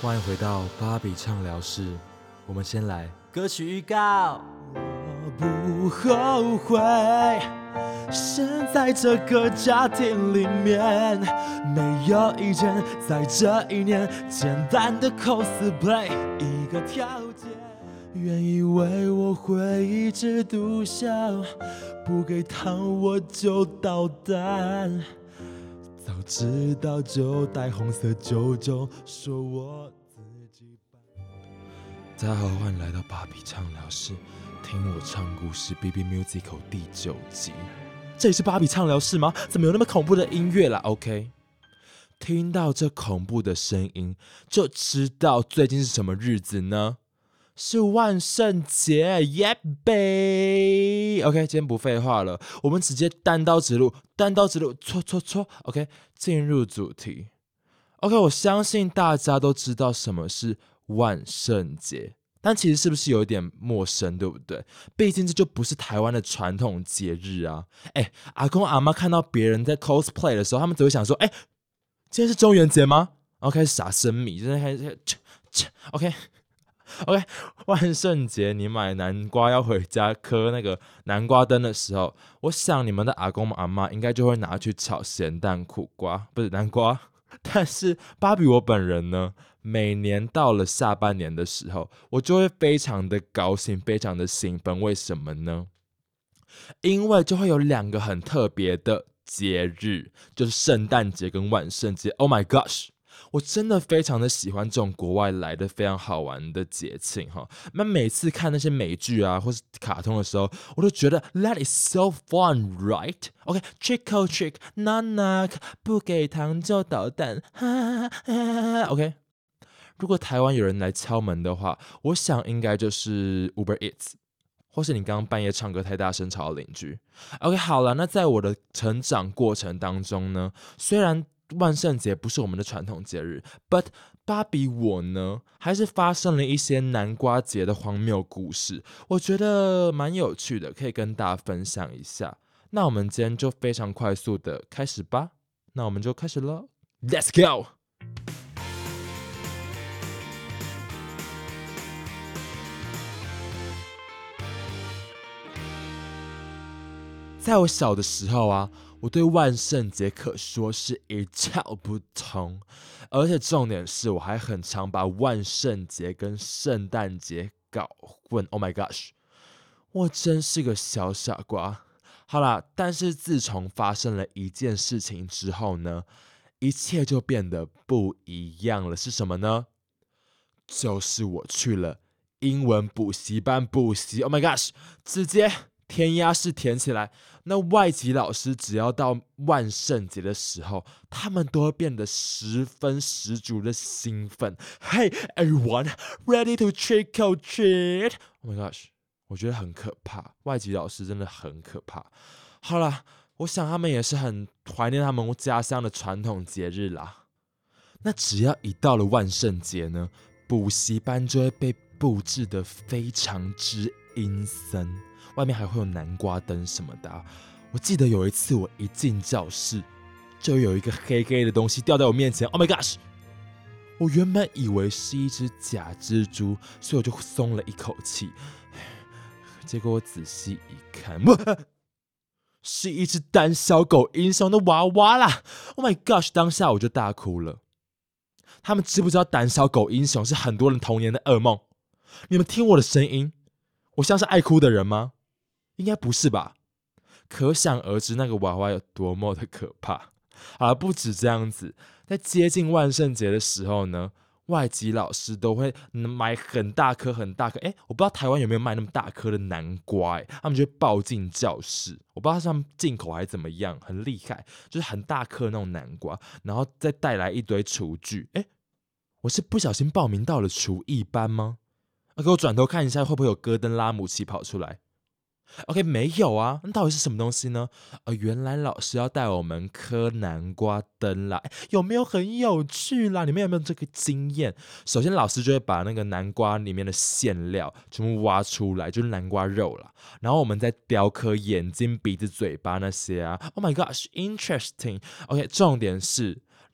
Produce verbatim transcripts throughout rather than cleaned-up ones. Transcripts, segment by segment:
欢迎回到芭比畅聊室，我们先来歌曲预告。 我不后悔生在这个家庭里面，没有一件在这一年简单的 cosplay 一个条件，原以为我会一直独享，不给糖我就捣蛋，早知道就带红色九九，说我自己办。 大家好，欢迎来到芭比畅聊室，听我唱故事 B B Musical 第九集。这里是芭比畅聊室吗？怎么有那么恐怖的音乐啦 ？OK， 听到这恐怖的声音，就知道最近是什么日子呢？是万圣节耶呗 ！OK， 今天不废话了，我们直接单刀直入，单刀直入，戳戳戳 ！OK， 进入主题。OK， 我相信大家都知道什么是万圣节，但其实是不是有点陌生，对不对？毕竟这就不是台湾的传统节日啊。哎，阿公阿妈看到别人在 cosplay 的时候，他们只会想说：哎，今天是中元节吗？然后开始撒生米，真的开始 OK。OK， 万圣节你买南瓜要回家磕那个南瓜灯的时候，我想你们的阿公阿妈应该就会拿去炒咸蛋苦瓜，不是南瓜。但是芭比我本人呢，每年到了下半年的时候，我就会非常的高兴，非常的兴奋。为什么呢？因为就会有两个很特别的节日，就是圣诞节跟万圣节。Oh my gosh！我真的非常的喜欢这种国外来的非常好玩的节庆哈。那每次看那些美剧啊或是卡通的时候，我都觉得 That is so fun, right? OK, trick or trick, knock knock， 不给糖就捣蛋，哈哈哈 OK， 如果台湾有人来敲门的话，我想应该就是 Uber Eats， 或是你刚刚半夜唱歌太大声吵到邻居。OK， 好了，那在我的成长过程当中呢，虽然万圣节不是我们的传统节日 ，but 芭比我呢，还是发生了一些南瓜节的荒谬故事，我觉得蛮有趣的，可以跟大家分享一下。那我们今天就非常快速的开始吧，那我们就开始了 ，Let's go！在我小的时候啊，我对万圣节可说是一窍不通，而且重点是我还很常把万圣节跟圣诞节搞混。Oh my gosh， 我真是个小傻瓜。好啦，但是自从发生了一件事情之后呢，一切就变得不一样了。是什么呢？就是我去了英文补习班补习。Oh my gosh， 直接填鸭式填起来，那外籍老师只要到万圣节的时候，他们都会变得十分十足的兴奋。Hey everyone, ready to trick or treat? Oh my gosh， 我觉得很可怕，外籍老师真的很可怕。好啦，我想他们也是很怀念他们家乡的传统节日啦。那只要一到了万圣节呢，补习班就会被布置得非常之阴森。外面还会有南瓜灯什么的、啊。我记得有一次我一进教室，就有一个黑黑的东西掉在我面前。Oh my gosh！ 我原本以为是一只假蜘蛛，所以我就松了一口气。结果我仔细一看，是一只胆小狗英雄的娃娃啦 ！Oh my gosh！ 当下我就大哭了。他们知不知道胆小狗英雄是很多人童年的噩梦？你们听我的声音，我像是爱哭的人吗？应该不是吧？可想而知那个娃娃有多么的可怕。好了，不止这样子，在接近万圣节的时候呢，外籍老师都会买很大颗很大颗，哎，我不知道台湾有没有卖那么大颗的南瓜，哎，他们就会抱进教室，我不知道是他们进口还是怎么样，很厉害，就是很大颗那种南瓜，然后再带来一堆厨具，哎，我是不小心报名到了厨艺班吗？给我转头看一下，会不会有戈登拉姆齐跑出来？ OK， 没有啊，那到底是什么东西呢？呃，原来老师要带我们磕南瓜灯啦，有没有很有趣啦？你们有没有这个经验？首先，老师就会把那个南瓜里面的馅料全部挖出来，就是南瓜肉啦。然后我们再雕刻眼睛、鼻子、嘴巴那些啊。Oh my gosh， interesting。OK， 重点是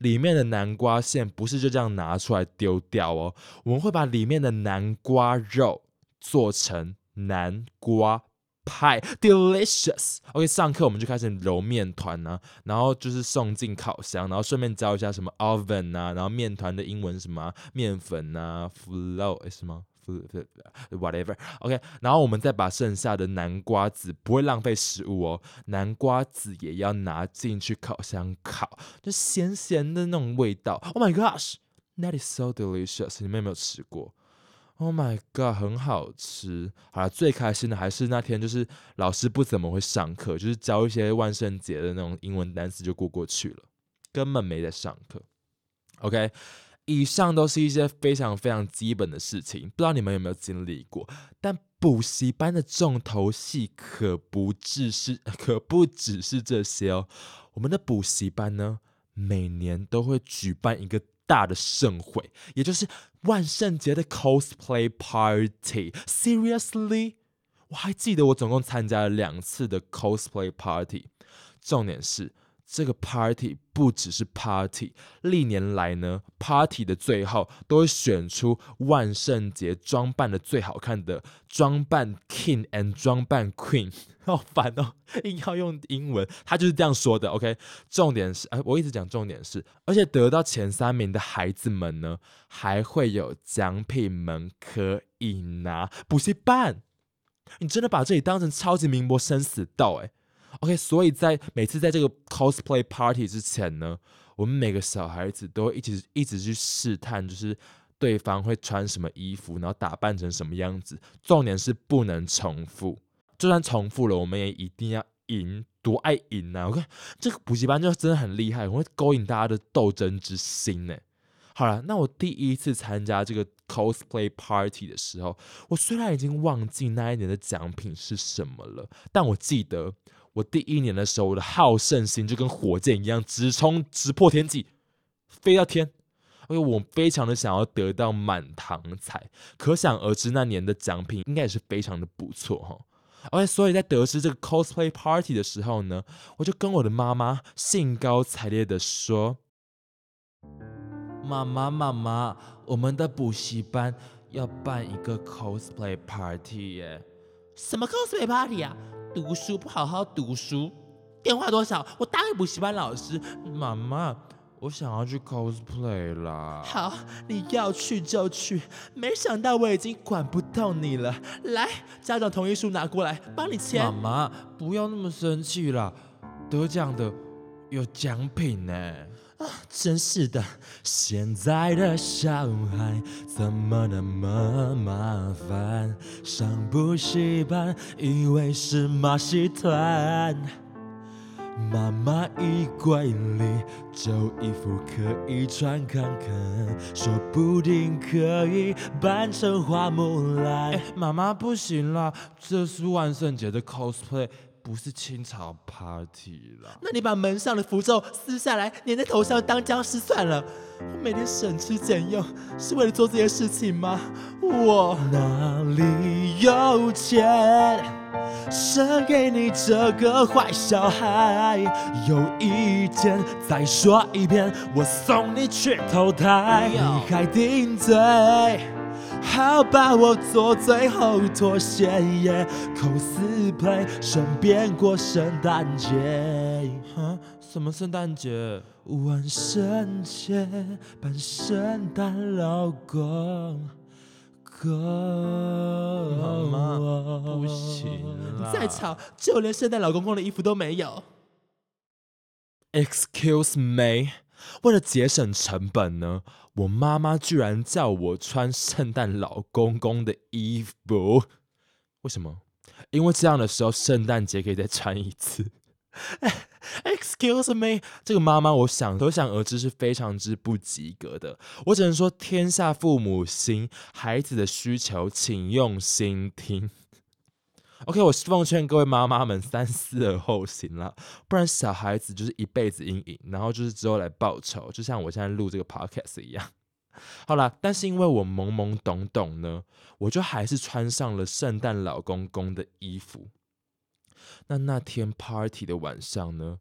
里面的南瓜馅不是就这样拿出来丢掉哦，我们会把里面的南瓜肉做成南瓜派 delicious。 OK， 上课我们就开始揉面团啊，然后就是送进烤箱，然后顺便教一下什么 oven 啊，然后面团的英文什么、啊、面粉啊 flour 诶什么 whatever OK， 然后我们再把剩下的南瓜子，不会浪费食物哦，南瓜子也要拿进去烤箱烤，就咸咸的那种味道。 Oh my gosh that is so delicious， 你们有没有吃过？Oh my god， 很好吃。好了，最开心的还是那天，就是老师不怎么会上课，就是教一些万圣节的那种英文单词就过过去了，根本没在上课。OK， 以上都是一些非常非常基本的事情，不知道你们有没有经历过？但补习班的重头戏可不只是可不只是这些哦。我们的补习班呢，每年都会举办一个大的盛会，也就是万圣节的 cosplay party。Seriously， 我还记得我总共参加了两次的 cosplay party。重点是这个 party 不只是 party， 历年来呢 party 的最后都会选出万圣节装扮的最好看的装扮 king and 装扮 queen。 好烦哦，硬要用英文，他就是这样说的。 OK， 重点是、呃、我一直讲重点是，而且得到前三名的孩子们呢，还会有奖品们可以拿。补习班，你真的把这里当成超级名博生死斗哎。OK， 所以在每次在这个 cosplay party 之前呢，我们每个小孩子都会一直一直去试探，就是对方会穿什么衣服，然后打扮成什么样子。重点是不能重复，就算重复了，我们也一定要赢，多爱赢啊！我看这个补习班就真的很厉害，会勾引大家的斗争之心呢。好了，那我第一次参加这个 cosplay party 的时候，我虽然已经忘记那一年的奖品是什么了，但我记得我第一年的时候，我的好胜心就跟火箭一样，直冲直破天际，飞到天。因为我非常的想要得到满堂彩，可想而知那年的奖品应该也是非常的不错哈。OK， 所以在得知这个 cosplay party 的时候呢，我就跟我的妈妈兴高采烈的说：“妈妈，妈妈，我们的补习班要办一个 cosplay party 耶！” 什么 cosplay party 啊？读书不好好读书，电话多少？我打给补习班老师。 妈妈，我想要去 cosplay 啦。 好，你要去就去。没想到我已经管不到你了。来，家长同意书拿过来，帮你签。 妈妈，不要那么生气啦，得奖的有奖品呢。 啊，真是的，现在的小孩怎么那么麻烦？上补习班以为是马戏团，妈妈衣柜里旧衣服可以穿看看，说不定可以扮成花木兰。 欸，妈妈不行啦，这是万圣节的 cosplay，不是清朝 party 啦。 那你把门上的符咒撕下来粘在头上当僵尸算了。我每天省吃俭用是为了做这件事情吗？我哪里有钱生给你这个坏小孩？有意见再说一遍，我送你去投胎。你还顶嘴，好吧，我做最后妥协耶。cosplay 顺便过圣诞节。 哈？什么圣诞节？ 万圣节扮圣诞老公公。 妈妈不行啦， 你再吵，就连圣诞老公公的衣服都没有。 Excuse me， 为了节省成本呢，我妈妈居然叫我穿圣诞老公公的衣服。为什么？因为这样的时候，圣诞节可以再穿一次。Excuse me， 这个妈妈我想可想而知是非常之不及格的。我只能说，天下父母心，孩子的需求请用心听。OK， 我奉劝各位妈妈们三思而后行啦，不然小孩子就是一辈子阴影，然后就是之后来报仇，就像我现在录这个 podcast 一样。好啦，但是因为我懵懵懂懂呢，我就还是穿上了圣诞老公公的衣服。那那天 party 的晚上呢，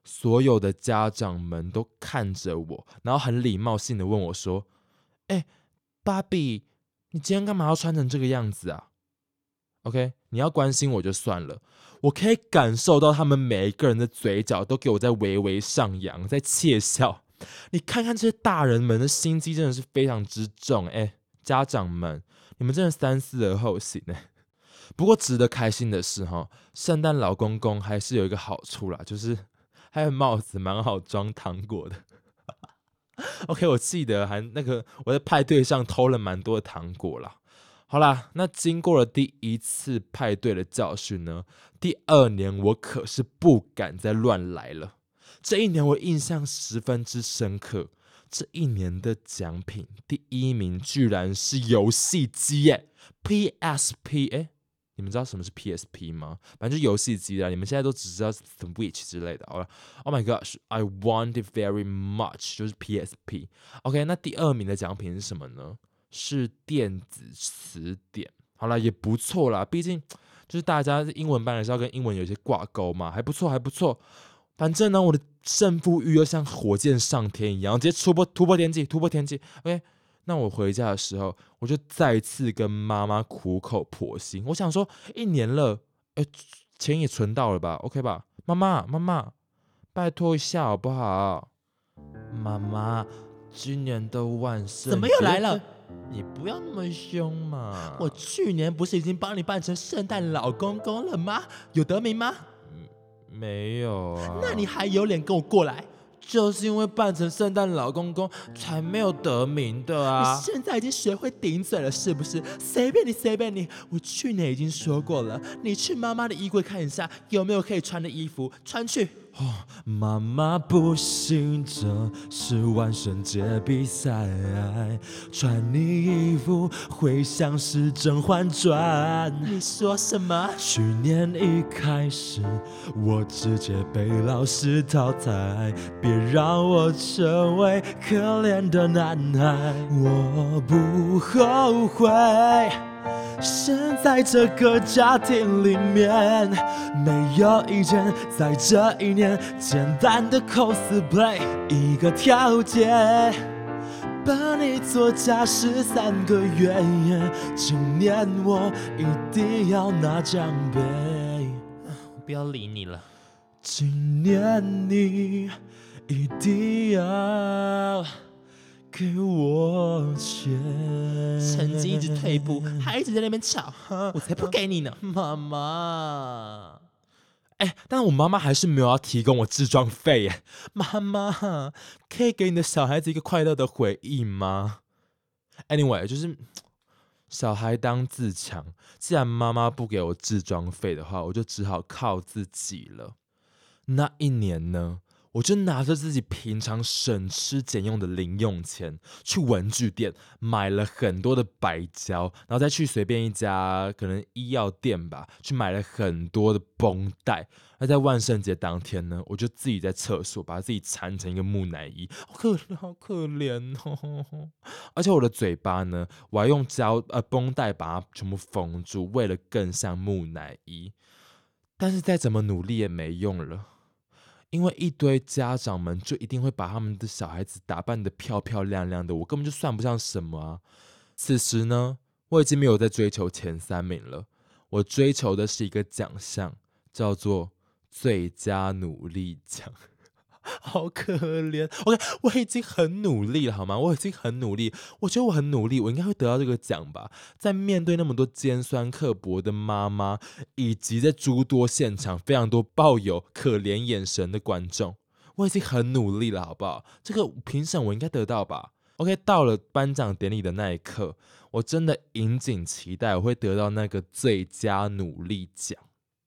所有的家长们都看着我，然后很礼貌性的问我说：“哎、欸，芭比，你今天干嘛要穿成这个样子啊 ？”OK， 你要关心我就算了，我可以感受到他们每一个人的嘴角都给我在微微上扬，在窃笑。你看看这些大人们的心机真的是非常之重，哎、欸，家长们，你们真的三思而后行哎、欸。不过值得开心的是哈，圣诞老公公还是有一个好处啦，就是还有帽子蛮好装糖果的。OK， 我记得还那个我在派对上偷了蛮多的糖果啦。好啦，那经过了第一次派对的教训呢，第二年我可是不敢再乱来了。这一年我印象十分之深刻，这一年的奖品第一名居然是游戏机耶 ，P S P 哎。你们知道什么是 P S P 吗？反正就是游戏机啦。你们现在都只知道 Switch 之类的。好了 ，Oh my gosh, I want it very much， 就是 P S P。OK， 那第二名的奖品是什么呢？是电子词典。好啦，也不错啦，毕竟就是大家英文班还是要跟英文有一些挂钩嘛，还不错，还不错。反正呢，我的胜负欲又像火箭上天一样，直接突破突破天际，突破天际。OK。那我回家的时候，我就再次跟妈妈苦口婆心。我想说，一年了，呃，钱也存到了吧 ？OK 吧？妈妈，妈妈，拜托一下好不好？妈妈，今年的万圣节怎么又来了？ 你不要那么凶嘛！ 我去年不是已经帮你扮成圣诞老公公了吗？有得名吗？ 没有啊。 那你还有脸跟我过来？ 就是因为扮成圣诞老公公才没有得名的啊！ 你现在已经学会顶嘴了是不是？随便你随便你，我去年已经说过了，你去妈妈的衣柜看一下有没有可以穿的衣服，穿去。 哦，妈妈不行，这是万圣节比赛，穿你衣服会像是甄嬛传。 你说什么？ 去年一开始我直接被老师淘汰，别让我成为可怜的男孩。我不后悔生在这个家庭里面，没有一件在这一年简单的 cosplay， 一个条件，帮你做家事三个月，今年我一定要拿奖杯。 我不要理你了。 今年你一定要给我钱。 成绩一直退步，还一直在那边吵，我才不给你呢。 妈妈，哎、欸，但我妈妈还是没有要提供我置装费耶。妈妈，可以给你的小孩子一个快乐的回忆吗 ？Anyway， 就是小孩当自强，既然妈妈不给我置装费的话，我就只好靠自己了。那一年呢，我就拿着自己平常省吃俭用的零用钱，去文具店买了很多的白胶，然后再去随便一家可能医药店吧，去买了很多的绷带。那在万圣节当天呢，我就自己在厕所把自己缠成一个木乃伊，好可怜，好可怜哦！而且我的嘴巴呢，我还用胶呃绷带把它全部封住，为了更像木乃伊。但是再怎么努力也没用了。因为一堆家长们就一定会把他们的小孩子打扮得漂漂亮亮的，我根本就算不上什么啊。此时呢，我已经没有在追求前三名了，我追求的是一个奖项，叫做最佳努力奖。好可怜 ，OK， 我已经很努力了，好吗？我已经很努力，我觉得我很努力，我应该会得到这个奖吧。在面对那么多尖酸刻薄的妈妈，以及在诸多现场非常多抱有可怜眼神的观众，我已经很努力了，好不好？这个评审我应该得到吧 ？OK， 到了颁奖典礼的那一刻，我真的引颈期待我会得到那个最佳努力奖。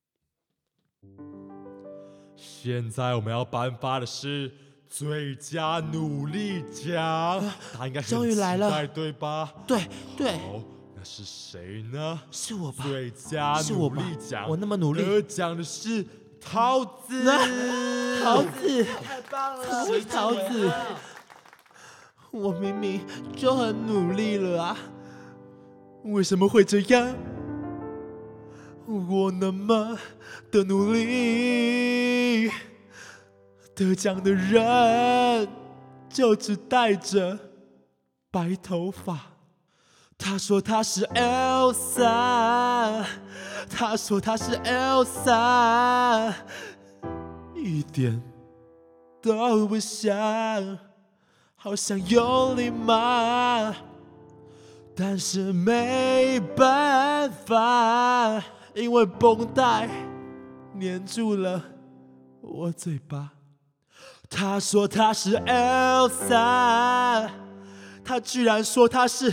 现在我们要颁发的是最佳努力奖，他应该终于来了， 对吧？ 对对。 好，那是谁呢？ 是我吧？ 最佳努力奖， 我那么努力， 得奖的是桃子。 桃子， 太棒了！ 怎么会桃子？我明明就很努力了啊， 为什么会这样？我那么的努力， 得奖的人就只带着白头发。他说他是 Elsa， 他说他是 Elsa， 一点都不像，好像有礼貌，但是没办法，因为绷带粘住了我嘴巴。他说他是 Elsa， 他居然说他是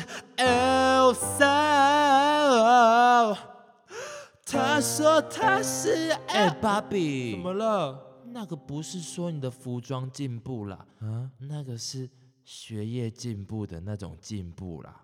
Elsa， 他说他是 Elsa。 哎，芭比， 怎么了？ 那个不是说你的服装进步啦，啊，那个是学业进步的那种进步啦。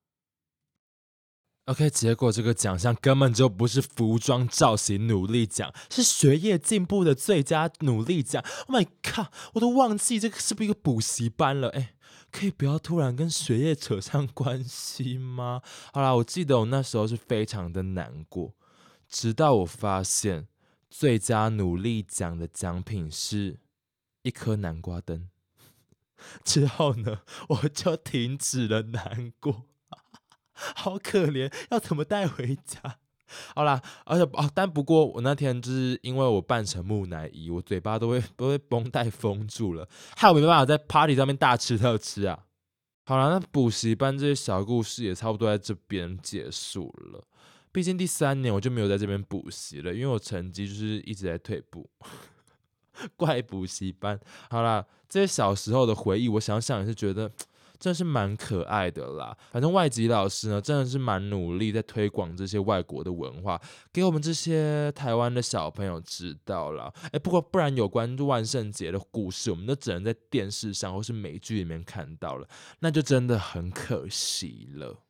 OK， 结果这个奖项根本就不是服装造型努力奖，是学业进步的最佳努力奖。Oh my god， 我都忘记这个是不是一个补习班了。哎，可以不要突然跟学业扯上关系吗？好啦，我记得我那时候是非常的难过，直到我发现最佳努力奖的奖品是一颗南瓜灯，之后呢，我就停止了难过。好可怜，要怎么带回家？好啦，而且哦，但不过我那天就是因为我扮成木乃伊，我嘴巴都会都会绷带封住了，害我没办法在 party 上面大吃特吃啊。好啦，那补习班这些小故事也差不多在这边结束了。毕竟第三年我就没有在这边补习了，因为我成绩就是一直在退步。怪补习班。好啦，这些小时候的回忆，我想想也是觉得真的是蛮可爱的啦。反正外籍老师呢，真的是蛮努力在推广这些外国的文化，给我们这些台湾的小朋友知道啦。哎，不过不然有关万圣节的故事，我们都只能在电视上或是美剧里面看到了，那就真的很可惜了。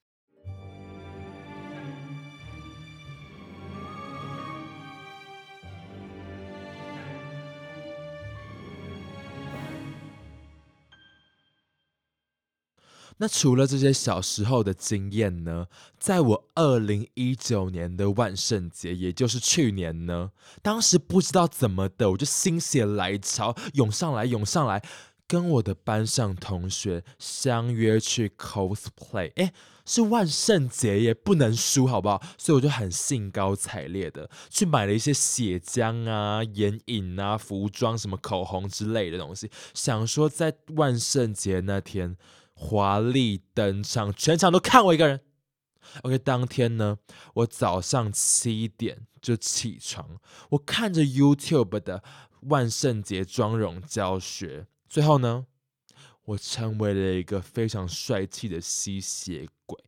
那除了这些小时候的经验呢，在我二零一九年的万圣节，也就是去年呢，当时不知道怎么的，我就心血来潮涌上来涌上来，跟我的班上同学相约去 cosplay。 诶，是万圣节也不能输好不好？所以我就很兴高采烈的去买了一些血浆啊、眼影啊、服装、什么口红之类的东西，想说在万圣节那天华丽登场，全场都看我一个人。OK， 当天呢，我早上七点就起床，我看着 YouTube 的万圣节妆容教学，最后呢，我成为了一个非常帅气的吸血鬼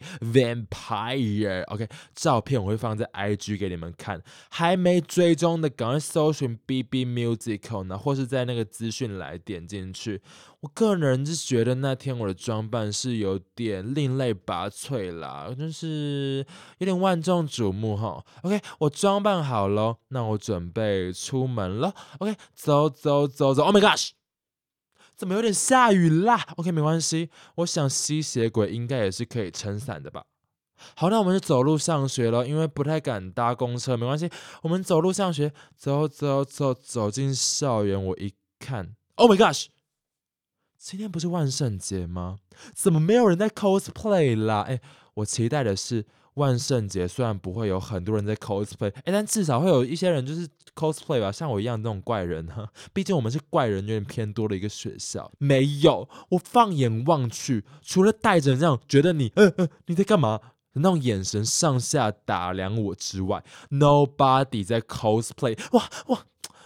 Vampire。OK， 照片我会放在 I G 给你们看，还没追踪的赶快搜寻 B B Musical 呢，或是在那个资讯栏点进去。我个人是觉得那天我的装扮是有点另类拔萃啦，就是有点万众瞩目哈。OK， 我装扮好咯，那我准备出门了。OK， 走走走走 ，Oh my gosh！怎么有点下雨啦 ？OK， 没关系，我想吸血鬼应该也是可以撑伞的吧。好，那我们就走路上学了，因为不太敢搭公车，没关系，我们走路上学，走走走，走进校园，我一看 ，Oh my gosh！ 今天不是万圣节吗？怎么没有人在 cosplay 啦？哎，我期待的是万圣节虽然不会有很多人在 cosplay， 哎，但至少会有一些人就是 cosplay 吧，像我一样这种怪人哈。毕竟我们是怪人有点偏多的一个学校。没有，我放眼望去，除了带着这样觉得你，呃呃，你在干嘛？那种眼神上下打量我之外 ，nobody 在 cosplay。哇哇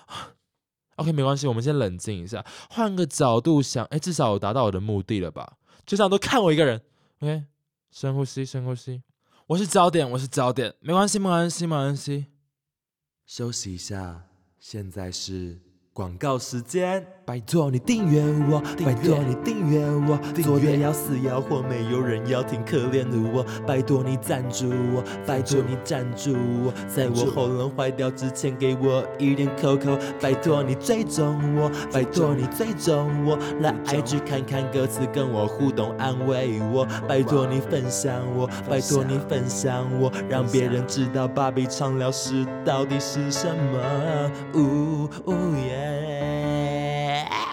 ，OK， 没关系，我们先冷静一下，换个角度想，哎，至少我达到我的目的了吧？就这样都看我一个人 ，OK， 深呼吸，深呼吸。我是焦点，我是焦点，没关系，没关系，没关系。 休息一下，现在是广告时间。拜托你订阅我，拜托你订阅我，左边要死要活，没有人要听可怜的我。拜托你赞助我，拜托你赞助我，在我喉咙坏掉之前给我一点口口。拜托你追踪我，拜托你追踪我，来 I G 看看歌词，跟我互动安慰我。拜托你分享我，拜托你分享我，让别人知道芭比畅聊室到底是什么。呜呜耶。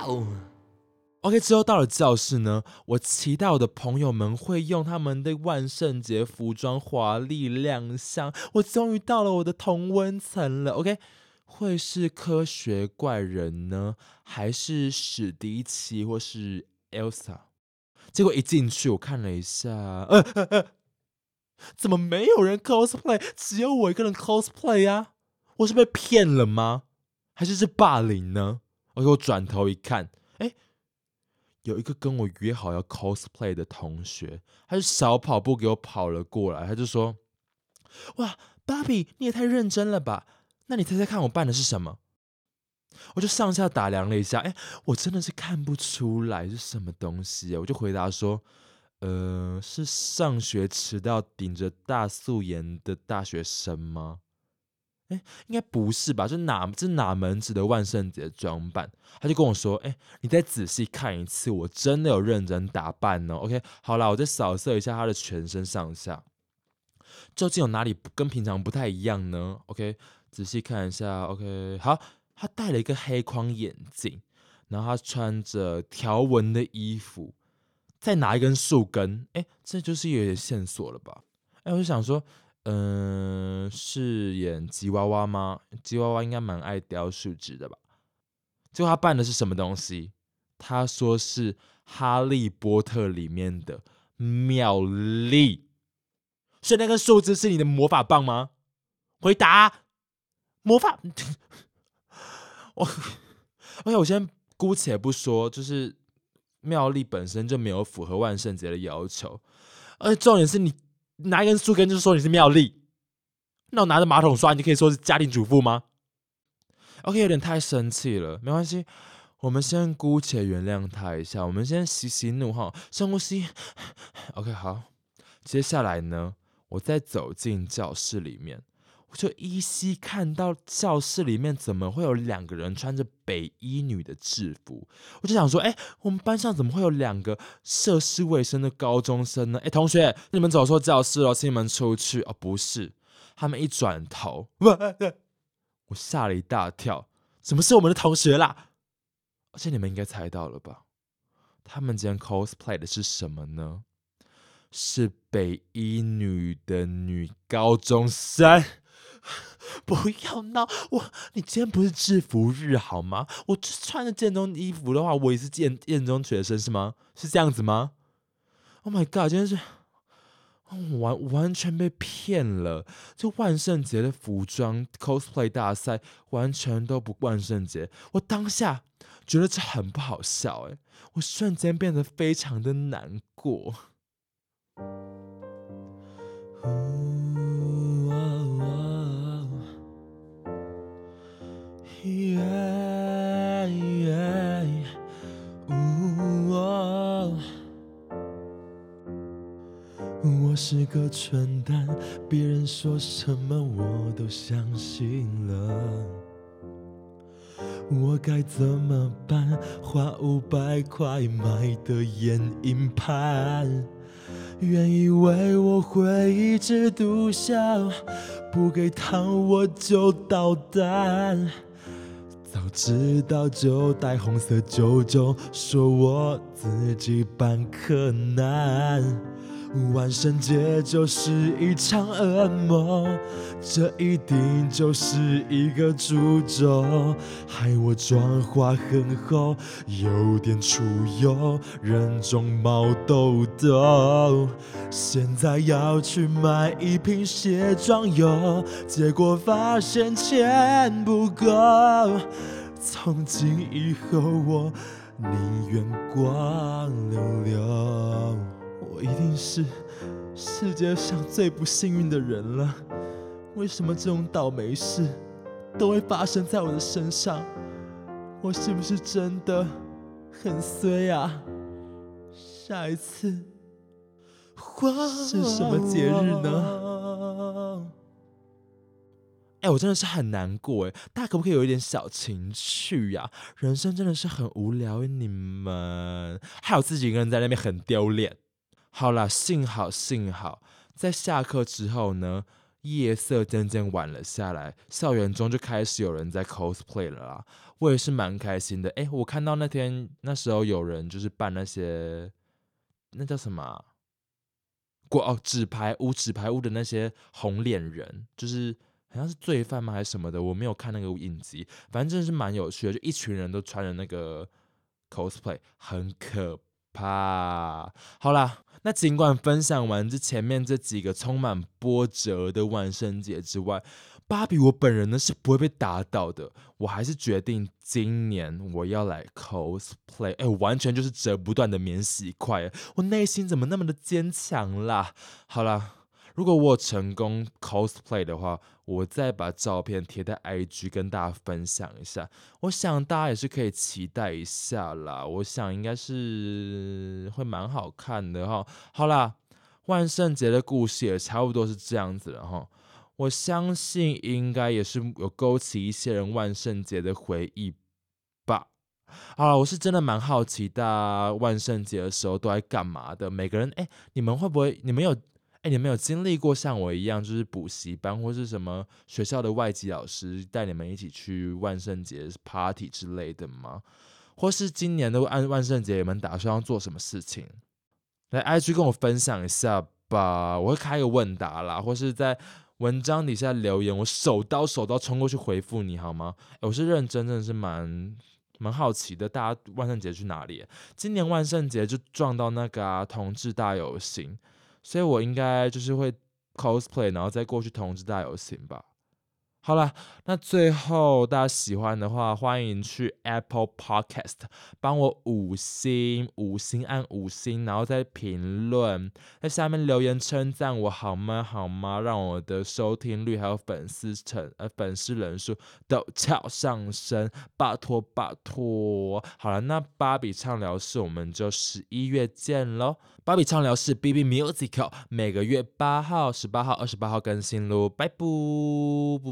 哦。 OK， 之后到了教室呢，我期待我的朋友们会用他们的万圣节服装华丽亮相。我终于到了我的同温层了。OK， 会是科学怪人呢，还是史迪奇或是 Elsa？ 结果一进去，我看了一下，呃呃呃，怎么没有人 cosplay， 只有我一个人 cosplay 啊？我是被骗了吗？还是是霸凌呢？ OK， 我转头一看，哎。有一个跟我约好要 cosplay 的同学，他就小跑步给我跑了过来，他就说：“哇，芭比，你也太认真了吧？那你猜猜看我扮的是什么？”我就上下打量了一下，哎，我真的是看不出来是什么东西，我就回答说：“呃，是上学迟到顶着大素颜的大学生吗？”哎，应该不是吧？这哪这哪门子的万圣节装扮？他就跟我说：“哎，你再仔细看一次，我真的有认真打扮哦。”OK， 好啦，我再扫射一下他的全身上下，究竟有哪里跟平常不太一样呢 ？OK， 仔细看一下。OK， 好，他戴了一个黑框眼镜，然后他穿着条纹的衣服，再拿一根树根，哎，这就是有点线索了吧？哎，我就想说。嗯、呃，是演吉娃娃吗？吉娃娃应该蛮爱叼树枝的吧？结果他扮的是什么东西？他说是《哈利波特》里面的妙丽，所以那根树枝是你的魔法棒吗？回答，魔法。我 OK， 我先姑且不说，就是妙丽本身就没有符合万圣节的要求，而且重点是你。拿一根树根就说你是妙丽，那我拿着马桶刷，你就可以说是家庭主妇吗 ？OK， 有点太生气了，没关系，我们先姑且原谅他一下，我们先息息怒哈，深呼吸。OK， 好，接下来呢，我再走进教室里面，我就依稀看到教室里面怎么会有两个人穿着北一女的制服，我就想说，哎，我们班上怎么会有两个涉世未深的高中生呢？哎，同学，你们走错教室了，请你们出去。哦，不是，他们一转头，我吓了一大跳，怎么是我们的同学啦？而且你们应该猜到了吧？他们今天 cosplay 的是什么呢？是北一女的女高中生。不要闹！我你今天不是制服日好吗？我穿着建中衣服的话，我也是建建中学生是吗？是这样子吗 ？Oh my god！ 今天是、哦、完完全被骗了。就万圣节的服装 cosplay 大赛完全都不万圣节，我当下觉得这很不好笑哎、欸，我瞬间变得非常的难过。 Yeah, yeah, ooh, oh. 我是个蠢蛋，别人说什么我都相信了。我该怎么办？花五百块买的眼影盘，原以为我会一枝独秀，不给糖我就捣蛋。早知道就带红色九九，说我自己扮柯南。万圣节就是一场噩梦，这一定就是一个诅咒，害我妆化很厚，有点出油，人中冒痘痘。现在要去买一瓶卸妆油，结果发现钱不够。从今以后我宁愿光溜溜。我一定是世界上最不幸运的人了，为什么这种倒霉事都会发生在我的身上？我是不是真的很衰啊？下一次是什么节日呢？ 哎，我真的是很难过哎，大家可不可以有一点小情趣呀、啊？人生真的是很无聊，你们还有自己一个人在那边很丢脸。好啦，幸好幸好，在下课之后呢， 夜色渐渐晚了下来，校园中就开始有人在 cosplay 了啦。我也是蛮开心的。诶，我看到那天那时候有人就是扮那些那叫什么、啊？过哦，纸牌屋，纸牌屋的那些红脸人，就是好像是罪犯吗还是什么的，我没有看那个影集，反正真的是蛮有趣的，就一群人都穿着那个 cosplay，很可怕。好啦，那尽管分享完这前面这几个充满波折的万圣节之外，芭比我本人呢是不会被打倒的，我还是决定今年我要来 cosplay， 哎，我完全就是折不断的免洗块，我内心怎么那么的坚强啦？好啦，如果我有成功 cosplay 的话，我再把照片贴在 I G 跟大家分享一下，我想大家也是可以期待一下啦，我想应该是会蛮好看的哈。好啦，万圣节的故事也差不多是这样子了哈。我相信应该也是有勾起一些人万圣节的回忆吧。好了，我是真的蛮好奇，大家万圣节的时候都在干嘛的？每个人，哎，你们会不会？你们有，哎，你们有经历过像我一样，就是补习班或是什么学校的外籍老师带你们一起去万圣节 party 之类的吗？或是今年的万万圣节，你们打算要做什么事情？来 I G 跟我分享一下吧，我会开个问答啦，或是在文章底下留言，我手刀手刀冲过去回复你好吗？我是认真，真的是蛮蛮好奇的，大家万圣节去哪里？今年万圣节就撞到那个啊同志大游行，所以我应该就是会 cosplay， 然后再过去同志大游行吧。好啦，那最后大家喜欢的话，欢迎去 Apple Podcast 帮我五星五星按五星，然后再评论，在下面留言称赞我好吗？好吗？让我的收听率还有粉丝成呃粉丝人数都跳上升，拜托拜托。好了，那芭比畅聊室我们就十一月见喽。芭比畅聊室 B B Musical 每个月八号、十八号、二十八号更新喽，拜拜。